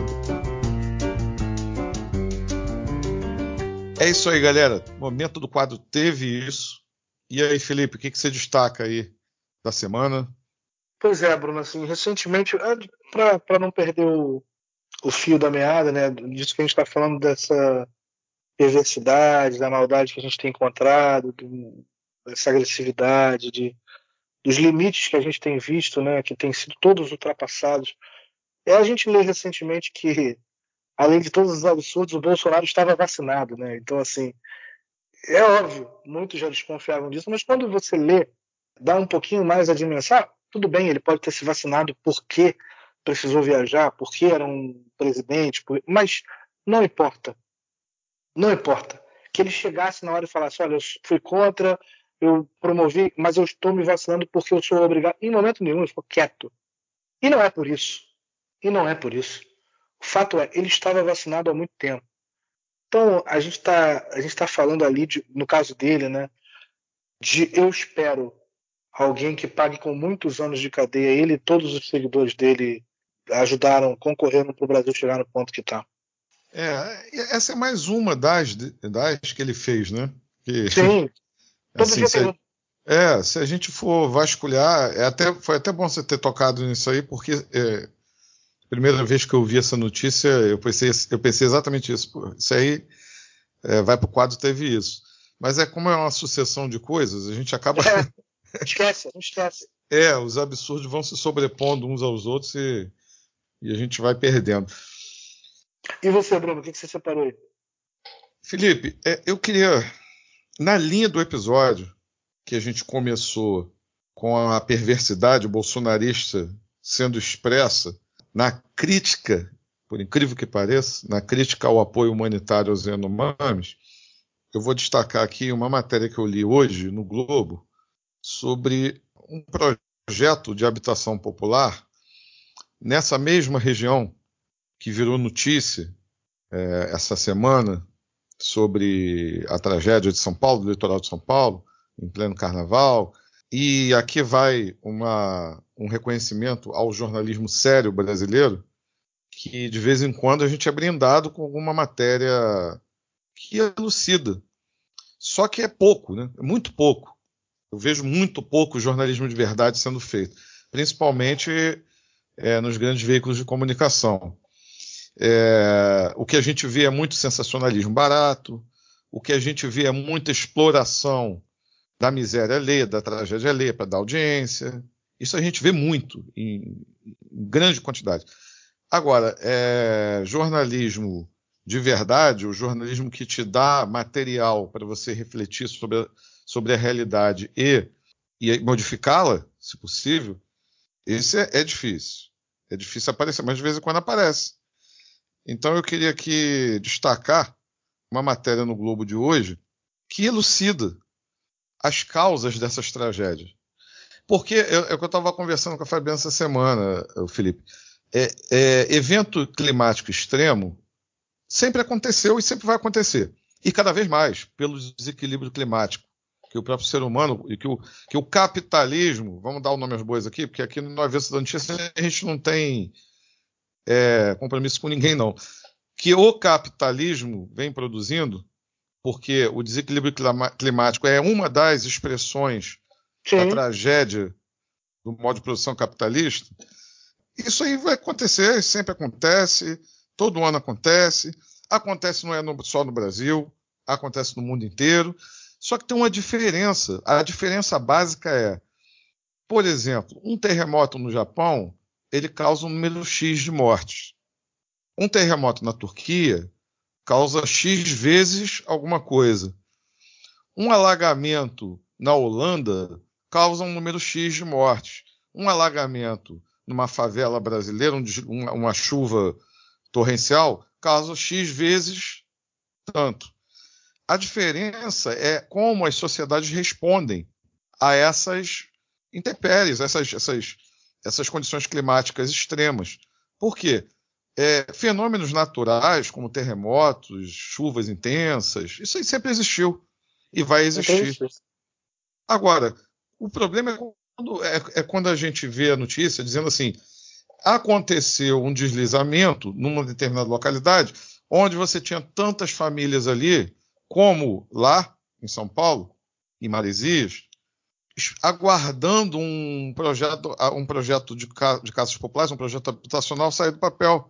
É isso aí, galera. Momento do quadro Teve Isso. E aí, Felipe, o que, que você destaca aí da semana? Pois é, Bruno, assim, recentemente, para não perder o, o fio da meada, né, disso que a gente está falando, dessa perversidade, da maldade que a gente tem encontrado, do, dessa agressividade, de, dos limites que a gente tem visto, né, que têm sido todos ultrapassados. É, a gente lê recentemente que, além de todos os absurdos, o Bolsonaro estava vacinado, né? Então, assim, é óbvio, muitos já desconfiavam disso, mas quando você lê, dá um pouquinho mais a dimensão. Ah, tudo bem, ele pode ter se vacinado porque precisou viajar, porque era um presidente, mas não importa. Não importa. Que ele chegasse na hora e falasse: olha, eu fui contra, eu promovi, mas eu estou me vacinando porque eu sou obrigado. Em momento nenhum, ele ficou quieto. E não é por isso. E não é por isso. O fato é, ele estava vacinado há muito tempo. Então, a gente está a gente tá falando ali, de, no caso dele, né, de eu espero alguém que pague com muitos anos de cadeia. Ele e todos os seguidores dele ajudaram, concorreram para o Brasil chegar no ponto que está. É, essa é mais uma das, das que ele fez, né? Que, Sim, todo assim, dia tem um. É, se a gente for vasculhar, é até, foi até bom você ter tocado nisso aí, porque é, a primeira vez que eu vi essa notícia, eu pensei, eu pensei exatamente isso. Pô, isso aí é, vai para o quadro Teve Isso. Mas é como é uma sucessão de coisas, a gente acaba. É, esquece, não esquece. É, os absurdos vão se sobrepondo uns aos outros e, e a gente vai perdendo. E você, Bruno, o que, que você separou aí? Felipe, é, eu queria, na linha do episódio que a gente começou com a perversidade bolsonarista sendo expressa na crítica, por incrível que pareça, na crítica ao apoio humanitário aos Yanomamis, eu vou destacar aqui uma matéria que eu li hoje no Globo sobre um projeto de habitação popular nessa mesma região que virou notícia é, essa semana sobre a tragédia de São Paulo, do litoral de São Paulo, em pleno carnaval. E aqui vai uma, um reconhecimento ao jornalismo sério brasileiro, que de vez em quando a gente é brindado com alguma matéria que elucida. Só que é pouco, né? É muito pouco. Eu vejo muito pouco jornalismo de verdade sendo feito, principalmente é, nos grandes veículos de comunicação. É, o que a gente vê é muito sensacionalismo barato, o que a gente vê é muita exploração da miséria alheia, da tragédia alheia para dar audiência. Isso a gente vê muito, em, em grande quantidade. Agora, é, jornalismo de verdade, o jornalismo que te dá material para você refletir sobre a, sobre a realidade e, e modificá-la, se possível, esse é, é difícil. É difícil aparecer, mas de vez em quando aparece. Então eu queria aqui destacar uma matéria no Globo de hoje que elucida as causas dessas tragédias. Porque é o que eu estava conversando com a Fabiana essa semana, Felipe. É, é, evento climático extremo sempre aconteceu e sempre vai acontecer. E cada vez mais, pelo desequilíbrio climático, que o próprio ser humano e que o, que o capitalismo, vamos dar o nome aos bois aqui, porque aqui no Avesso da Notícia a gente não tem é, compromisso com ninguém, não. Que o capitalismo vem produzindo, porque o desequilíbrio climático é uma das expressões Sim. da tragédia do modo de produção capitalista. Isso aí vai acontecer, sempre acontece, todo ano acontece, acontece não é no, só no Brasil, acontece no mundo inteiro, só que tem uma diferença. A diferença básica é, por exemplo, um terremoto no Japão, ele causa um número X de mortes. Um terremoto na Turquia causa X vezes alguma coisa. Um alagamento na Holanda causa um número X de mortes. Um alagamento numa favela brasileira, um, uma, uma chuva torrencial, causa X vezes tanto. A diferença é como as sociedades respondem a essas intempéries, essas, essas, essas condições climáticas extremas. Por quê? É, fenômenos naturais, como terremotos, chuvas intensas, isso aí sempre existiu e vai existir. Agora, o problema é quando, é, é quando a gente vê a notícia dizendo assim, aconteceu um deslizamento numa determinada localidade, onde você tinha tantas famílias ali, como lá em São Paulo, em Maresias, aguardando um projeto, um projeto de, de casas populares, um projeto habitacional sair do papel.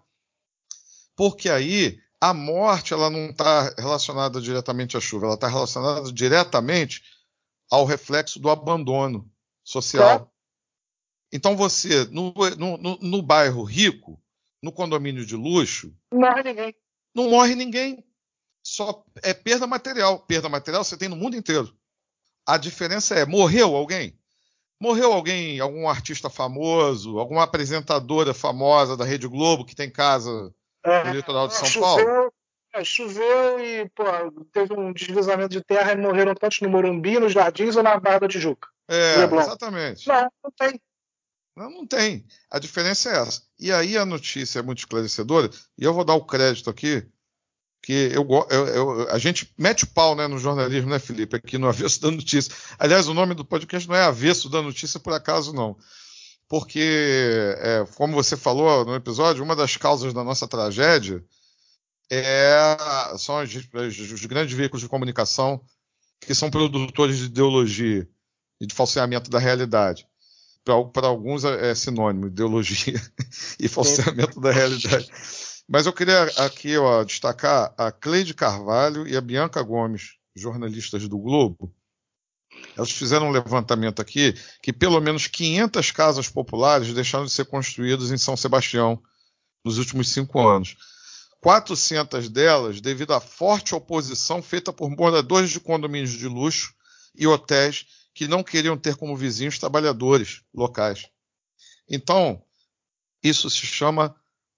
Porque aí a morte ela não está relacionada diretamente à chuva, ela está relacionada diretamente ao reflexo do abandono social. Claro. Então você, no, no, no, no bairro rico, no condomínio de luxo, não morre ninguém. Não morre ninguém. Só é perda material. Perda material você tem no mundo inteiro. A diferença é, morreu alguém? Morreu alguém, algum artista famoso, alguma apresentadora famosa da Rede Globo que tem casa é, no litoral de São choveu, Paulo? É, choveu e pô, teve um deslizamento de terra e morreram tantos no Morumbi, nos Jardins ou na Barra da Tijuca. É, exatamente. Não, não tem. Não, não tem. A diferença é essa. E aí a notícia é muito esclarecedora, e eu vou dar o crédito aqui, que eu, eu, eu, a gente mete o pau, né, no jornalismo, né, Felipe, aqui no Avesso da Notícia. Aliás, o nome do podcast não é Avesso da Notícia por acaso, não. Porque, é, como você falou no episódio, uma das causas da nossa tragédia é, são os, os grandes veículos de comunicação que são produtores de ideologia e de falseamento da realidade. Para alguns é sinônimo, ideologia e falseamento da realidade. Mas eu queria aqui ó, destacar a Cleide Carvalho e a Bianca Gomes, jornalistas do Globo. Elas fizeram um levantamento aqui que pelo menos quinhentas casas populares deixaram de ser construídas em São Sebastião nos últimos cinco anos. quatrocentas delas devido à forte oposição feita por moradores de condomínios de luxo e hotéis que não queriam ter como vizinhos trabalhadores locais. Então, isso se chama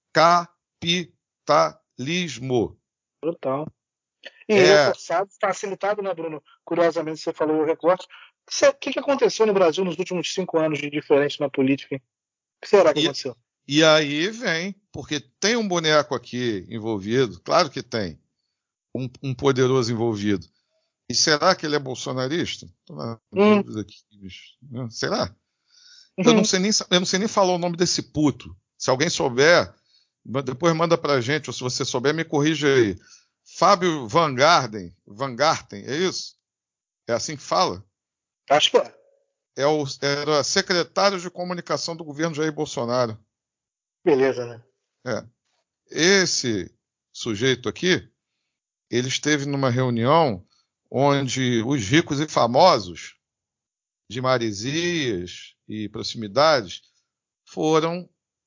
capitalismo. Total. E é... reforçado, facilitado, né, Bruno? Curiosamente, você falou o recorte. O que, que aconteceu no Brasil nos últimos cinco anos de diferente na política? O que será que e, aconteceu? E aí vem, porque tem um boneco aqui envolvido, claro que tem, um, um poderoso envolvido. E será que ele é bolsonarista? Estou na hum. dúvida aqui, bicho. Será? Uhum. Eu, não sei nem, eu não sei nem falar o nome desse puto. Se alguém souber, depois manda pra gente, ou se você souber, me corrija aí. Fábio Van Garten, Van Garten, é isso? É assim que fala? Acho que é. É o, era secretário de comunicação do governo Jair Bolsonaro. Beleza, né? É. Esse sujeito aqui, ele esteve numa reunião onde os ricos e famosos de Maresias e proximidades foram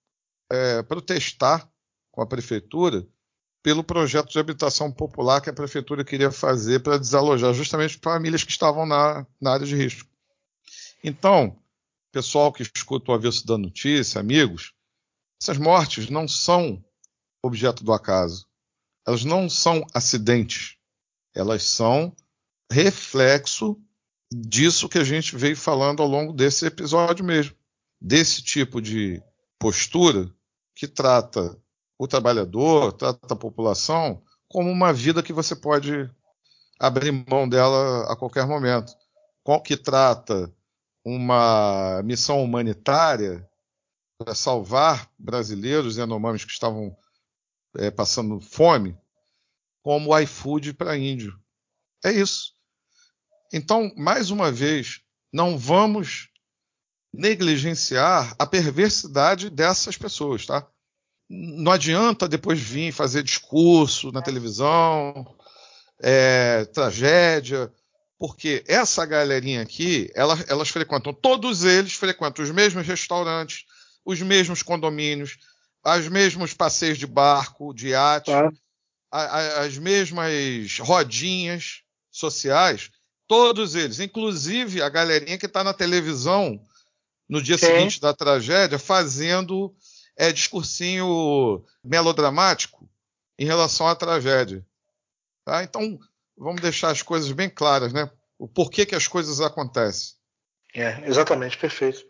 é, protestar com a prefeitura pelo projeto de habitação popular que a prefeitura queria fazer para desalojar justamente famílias que estavam na, na área de risco. Então, pessoal que escuta o Avesso da Notícia, amigos, essas mortes não são objeto do acaso. Elas não são acidentes. Elas são reflexo disso que a gente veio falando ao longo desse episódio mesmo. Desse tipo de postura que trata o trabalhador, trata a população como uma vida que você pode abrir mão dela a qualquer momento. Que trata uma missão humanitária para salvar brasileiros Yanomamis que estavam é, passando fome, como o iFood para índio. É isso. Então, mais uma vez, não vamos negligenciar a perversidade dessas pessoas, tá? Não adianta depois vir fazer discurso na televisão, é, tragédia, porque essa galerinha aqui, ela, elas frequentam, todos eles frequentam os mesmos restaurantes, os mesmos condomínios, os mesmos passeios de barco, de iate, ah. a, a, as mesmas rodinhas sociais, todos eles, inclusive a galerinha que está na televisão no dia Sim. seguinte da tragédia, fazendo é, discursinho melodramático em relação à tragédia. Tá? Então, vamos deixar as coisas bem claras, né? O porquê que as coisas acontecem. É, exatamente, perfeito.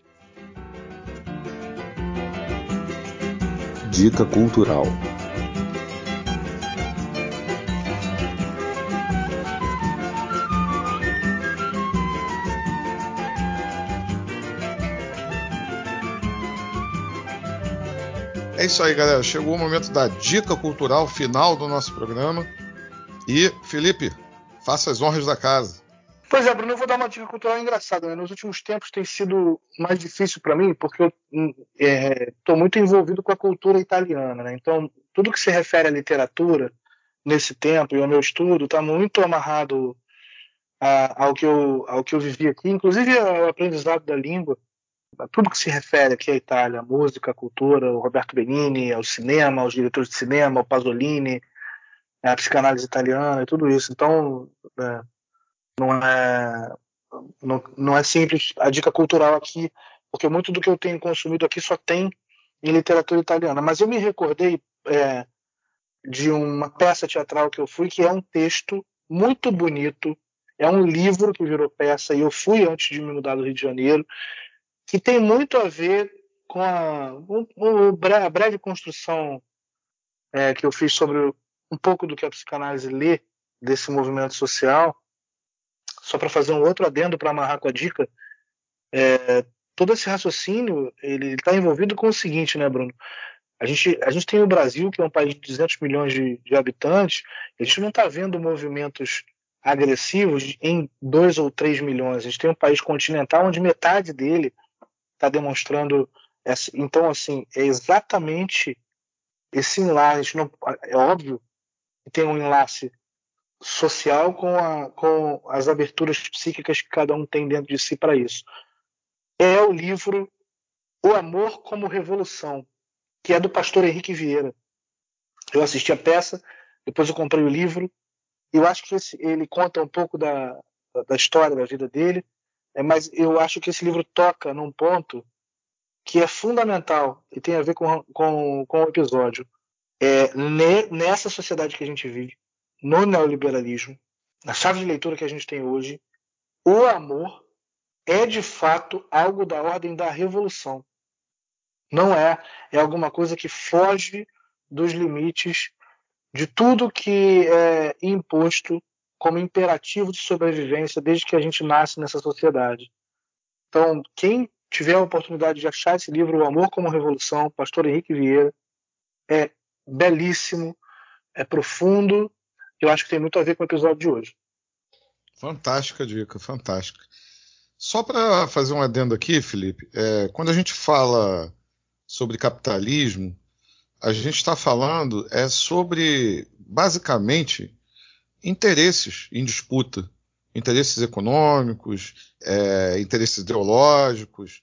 Dica cultural. É isso aí, galera. Chegou o momento da dica cultural final do nosso programa. E, Felipe, faça as honras da casa. Pois é, Bruno, eu vou dar uma dica cultural engraçada. Né? Nos últimos tempos tem sido mais difícil para mim, porque eu estou é, muito envolvido com a cultura italiana. Né? Então, tudo que se refere à literatura nesse tempo e ao meu estudo está muito amarrado a, ao, que eu, ao que eu vivi aqui, inclusive ao aprendizado da língua. Tudo que se refere aqui à Itália, a música, a cultura, o Roberto Benigni, ao cinema, aos diretores de cinema, ao Pasolini, a psicanálise italiana e tudo isso. Então, é, não, é, não, não é simples a dica cultural aqui, porque muito do que eu tenho consumido aqui só tem em literatura italiana. Mas eu me recordei é, de uma peça teatral que eu fui, que é um texto muito bonito, é um livro que virou peça, e eu fui antes de me mudar do Rio de Janeiro, que tem muito a ver com a, um, um, a breve construção é, que eu fiz sobre um pouco do que a psicanálise lê desse movimento social. Só para fazer um outro adendo para amarrar com a dica, é, todo esse raciocínio ele está envolvido com o seguinte, né, Bruno? A gente, a gente tem o Brasil, que é um país de duzentos milhões de, de habitantes, a gente não está vendo movimentos agressivos em dois ou três milhões. A gente tem um país continental onde metade dele está demonstrando essa, então assim é exatamente esse enlace. Não, é óbvio que tem um enlace social com, a, com as aberturas psíquicas que cada um tem dentro de si para isso. É o livro O Amor como Revolução, que é do pastor Henrique Vieira. Eu assisti a peça, depois eu comprei o livro, e eu acho que esse, ele conta um pouco da, da história da vida dele, é, mas eu acho que esse livro toca num ponto que é fundamental e tem a ver com, com, com o episódio. É, ne, nessa sociedade que a gente vive, no neoliberalismo, na chave de leitura que a gente tem hoje, o amor é de fato algo da ordem da revolução. Não é, é alguma coisa que foge dos limites de tudo que é imposto como imperativo de sobrevivência desde que a gente nasce nessa sociedade. Então, quem tiver a oportunidade de achar esse livro, O Amor como Revolução, pastor Henrique Vieira, é belíssimo, é profundo, eu acho que tem muito a ver com o episódio de hoje. Fantástica dica, fantástica. Só para fazer um adendo aqui, Felipe, é, quando a gente fala sobre capitalismo, a gente está falando é sobre, basicamente, interesses em disputa. Interesses econômicos, é, interesses ideológicos,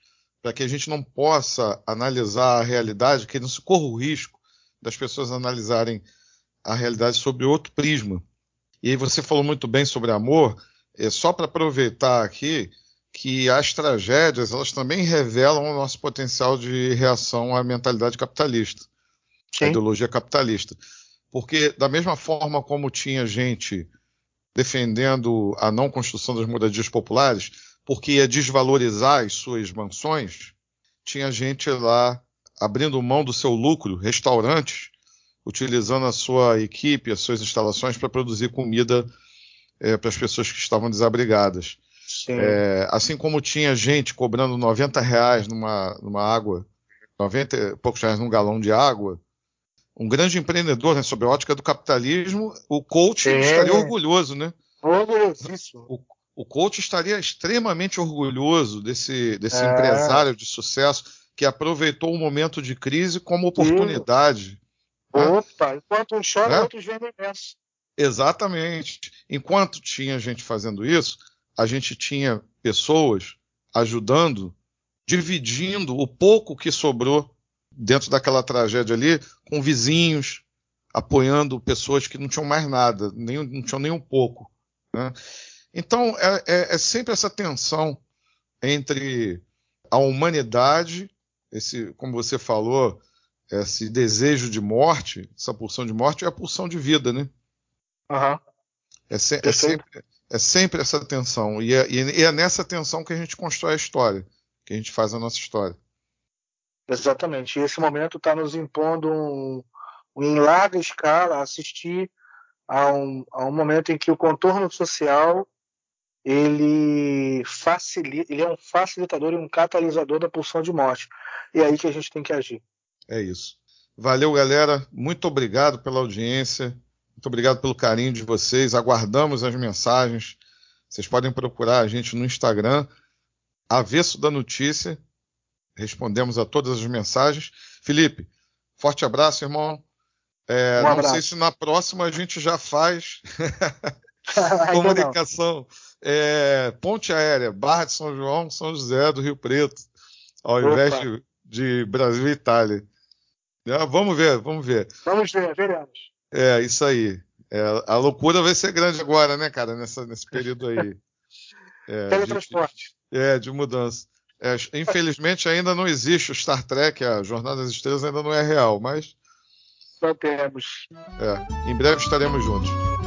para que a gente não possa analisar a realidade, que não se corra o risco das pessoas analisarem a realidade sob outro prisma. E aí você falou muito bem sobre amor, é só para aproveitar aqui que as tragédias, elas também revelam o nosso potencial de reação à mentalidade capitalista, Sim. à ideologia capitalista. Porque da mesma forma como tinha gente defendendo a não construção das moradias populares, porque ia desvalorizar as suas mansões, tinha gente lá abrindo mão do seu lucro, restaurantes, utilizando a sua equipe, as suas instalações para produzir comida é, para as pessoas que estavam desabrigadas. É, assim como tinha gente cobrando noventa reais numa, numa água, noventa e poucos reais num galão de água, um grande empreendedor, né, sob a ótica do capitalismo, o coach é. estaria orgulhoso, né? Orgulhosíssimo. O, o coach estaria extremamente orgulhoso desse, desse é. empresário de sucesso que aproveitou o momento de crise como oportunidade. Opa, né? Enquanto um chora, né? outros vendem imenso. Exatamente. Enquanto tinha gente fazendo isso, a gente tinha pessoas ajudando, dividindo o pouco que sobrou dentro daquela tragédia ali, com vizinhos, apoiando pessoas que não tinham mais nada, nem, não tinham nem um pouco. Né? Então, é, é, é sempre essa tensão entre a humanidade, esse, como você falou, esse desejo de morte, essa pulsão de morte, e a pulsão de vida, né? Uhum. É, se, é, sempre, é sempre essa tensão. E é, e é nessa tensão que a gente constrói a história, que a gente faz a nossa história. Exatamente. E esse momento está nos impondo um, um, em larga escala, assistir a um, a um momento em que o contorno social ele, facilita, ele é um facilitador e um catalisador da pulsão de morte. E é aí que a gente tem que agir. É isso. Valeu, galera. Muito obrigado pela audiência. Muito obrigado pelo carinho de vocês. Aguardamos as mensagens. Vocês podem procurar a gente no Instagram, Avesso da Notícia. Respondemos a todas as mensagens. Felipe, forte abraço, irmão. É, um não abraço. sei se na próxima a gente já faz comunicação. É, ponte aérea, Barra de São João, São José do Rio Preto, ao Opa. invés de, de Brasil e Itália. É, vamos ver, vamos ver. Vamos ver, veremos. É, isso aí. É, a loucura vai ser grande agora, né, cara, nessa, nesse período aí. É, Teletransporte. De, é, de mudança. É, infelizmente ainda não existe o Star Trek, a Jornada das Estrelas ainda não é real, mas Não temos. É, em breve estaremos juntos.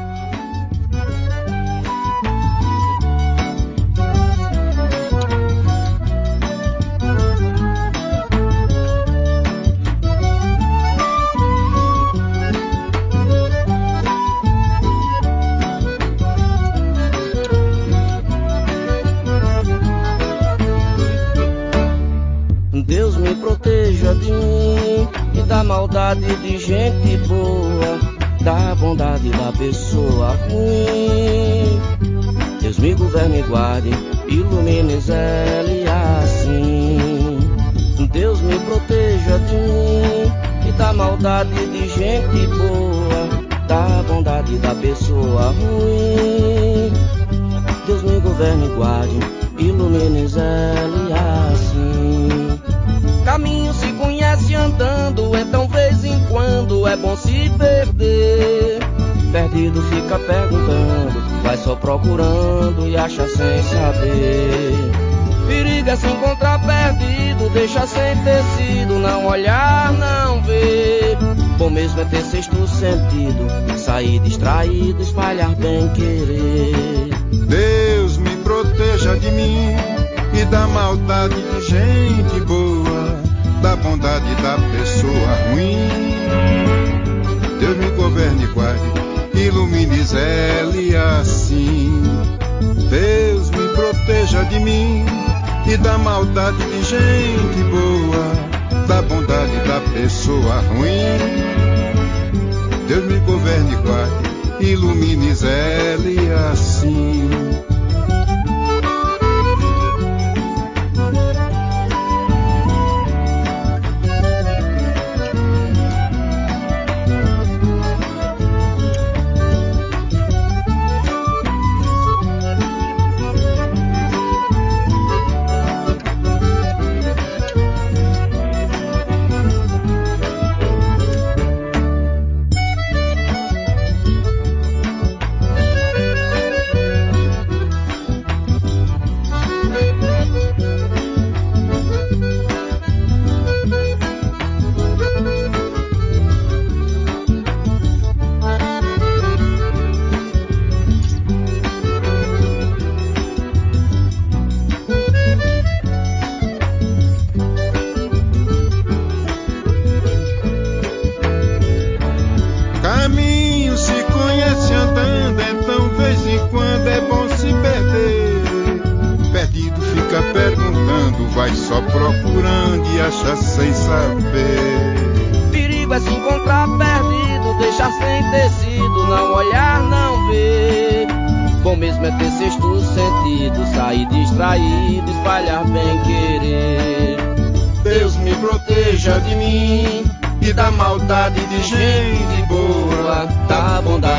Deus me proteja de mim e da maldade de gente boa, da bondade da pessoa ruim. Deus me governe e guarde, ilumine zele assim. Deus me proteja de mim e da maldade de gente boa, da bondade da pessoa ruim. Deus me governe e guarde, ilumine zele assim. Caminho se conhece andando, então vez em quando é bom se perder. Perdido fica perguntando, vai só procurando e acha sem saber. Perigo é se encontrar perdido, deixa sem tecido, não olhar, não ver. Bom mesmo é ter sexto sentido, sair distraído, espalhar bem querer. Deus me proteja de mim e da maldade de gente boa, da bondade da pessoa ruim. Deus me governe e guarde, ilumine zele assim. Deus me proteja de mim e da maldade de gente boa, da bondade da pessoa ruim. Deus me governe e guarde, ilumine zele assim.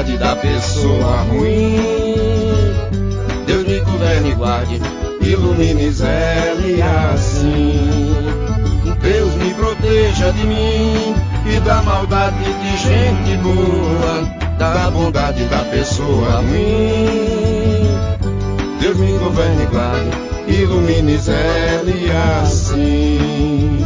bondade da pessoa ruim. Deus me governe e guarde, ilumine, zele assim. Deus me proteja de mim e da maldade de gente boa, da bondade da pessoa ruim. Deus me governe e guarde, ilumine, zele assim.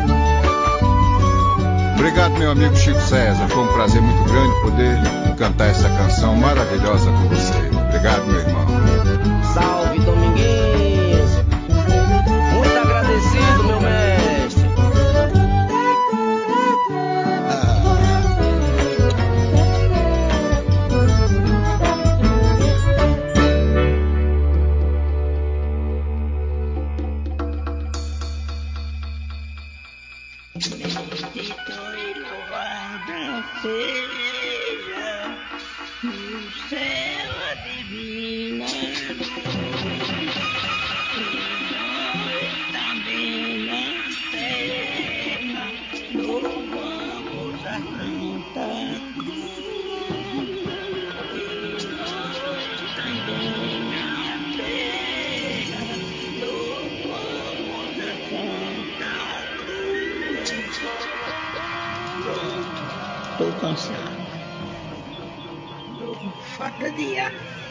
Obrigado, meu amigo Chico César. Foi um prazer muito grande poder cantar essa canção maravilhosa com você. Obrigado, meu irmão. Salve, Dominguinhos. Muito agradecido, meu mestre. Bendito e louvado seja no céu a divina luz, e nós também na terra louvamos a Santa Cruz. E nós também na terra louvamos a Santa Cruz. Pronto, estou cansado. Falta de ar.